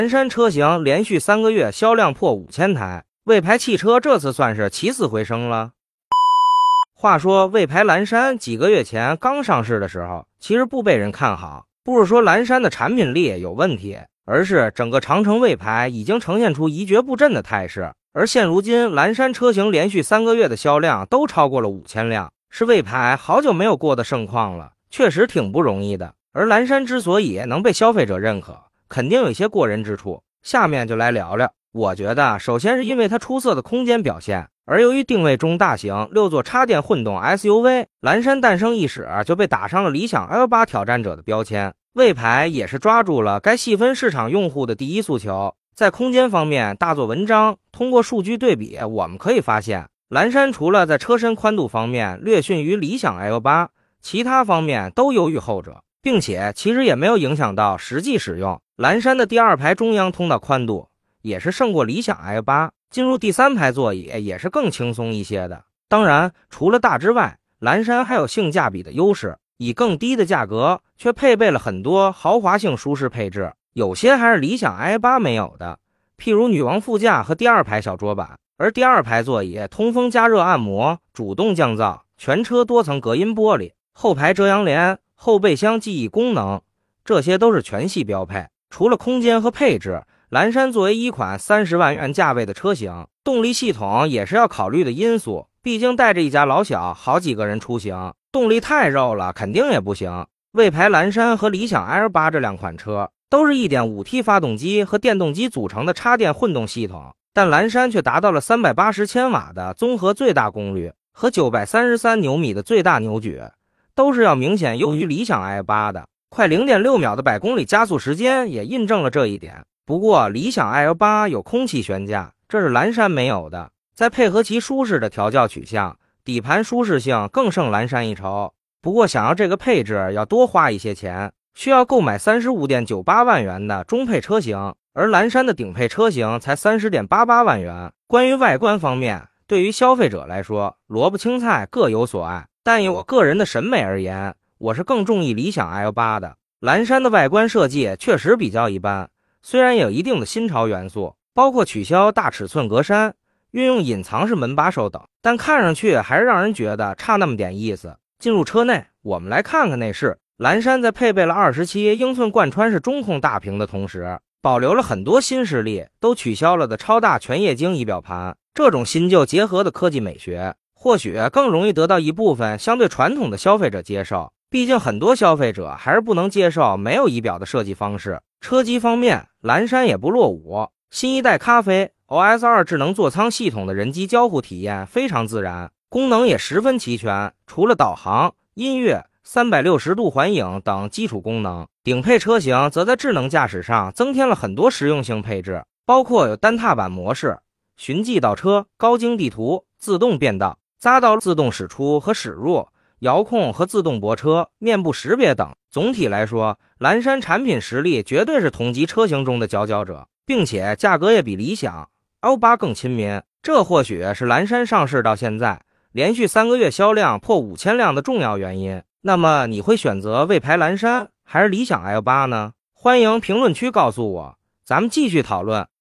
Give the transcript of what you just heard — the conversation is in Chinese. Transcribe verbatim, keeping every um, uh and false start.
蓝山车型连续三个月销量破五千台，魏牌汽车这次算是起死回生了。话说魏牌蓝山几个月前刚上市的时候，其实不被人看好，不是说蓝山的产品力有问题，而是整个长城魏牌已经呈现出一蹶不振的态势。而现如今蓝山车型连续三个月的销量都超过了五千辆，是魏牌好久没有过的盛况了，确实挺不容易的。而蓝山之所以能被消费者认可，肯定有一些过人之处，下面就来聊聊。我觉得首先是因为它出色的空间表现，而由于定位中大型六座插电混动 S U V， 蓝山诞生伊始就被打上了理想 L 八 挑战者的标签。魏牌也是抓住了该细分市场用户的第一诉求，在空间方面大做文章。通过数据对比，我们可以发现，蓝山除了在车身宽度方面略逊于理想 L 八， 其他方面都优于后者，并且其实也没有影响到实际使用。蓝山的第二排中央通道宽度也是胜过理想 L 八， 进入第三排座椅也是更轻松一些的。当然，除了大之外，蓝山还有性价比的优势，以更低的价格却配备了很多豪华性舒适配置，有些还是理想 L 八 没有的，譬如女王副驾和第二排小桌板。而第二排座椅通风加热按摩、主动降噪，全车多层隔音玻璃，后排遮阳帘、后备箱记忆功能，这些都是全系标配。除了空间和配置，蓝山作为一款三十万元价位的车型，动力系统也是要考虑的因素，毕竟带着一家老小好几个人出行，动力太肉了肯定也不行。魏牌蓝山和理想 L 八 这两款车都是 一点五 T 发动机和电动机组成的插电混动系统，但蓝山却达到了三百八十千瓦的综合最大功率和九百三十三牛米的最大扭矩，都是要明显优于理想 L 八 的。快 零点六秒的百公里加速时间也印证了这一点。不过理想 L 八 有空气悬架，这是蓝山没有的，再配合其舒适的调教取向，底盘舒适性更胜蓝山一筹。不过想要这个配置要多花一些钱，需要购买 三十五点九八万元的中配车型，而蓝山的顶配车型才 三十点八八万元。关于外观方面，对于消费者来说，萝卜青菜各有所爱，但以我个人的审美而言，我是更中意理想 L 八 的。蓝山的外观设计确实比较一般，虽然也有一定的新潮元素，包括取消大尺寸格栅、运用隐藏式门把手等，但看上去还是让人觉得差那么点意思。进入车内，我们来看看内饰。蓝山在配备了二十七英寸贯穿式中控大屏的同时，保留了很多新势力都取消了的超大全液晶仪表盘，这种新旧结合的科技美学，或许更容易得到一部分相对传统的消费者接受。毕竟很多消费者还是不能接受没有仪表的设计方式。车机方面，蓝山也不落伍，新一代咖啡 O S 二 智能座舱系统的人机交互体验非常自然，功能也十分齐全，除了导航、音乐、三百六十度环影等基础功能，顶配车型则在智能驾驶上增添了很多实用性配置，包括有单踏板模式、循迹倒车、高精地图、自动变道、匝道自动驶出和驶入、遥控和自动泊车、面部识别等。总体来说，蓝山产品实力绝对是同级车型中的佼佼者，并且价格也比理想 L 八 更亲民，这或许是蓝山上市到现在连续三个月销量破五千辆的重要原因。那么你会选择魏牌蓝山还是理想 L 八 呢？欢迎评论区告诉我，咱们继续讨论。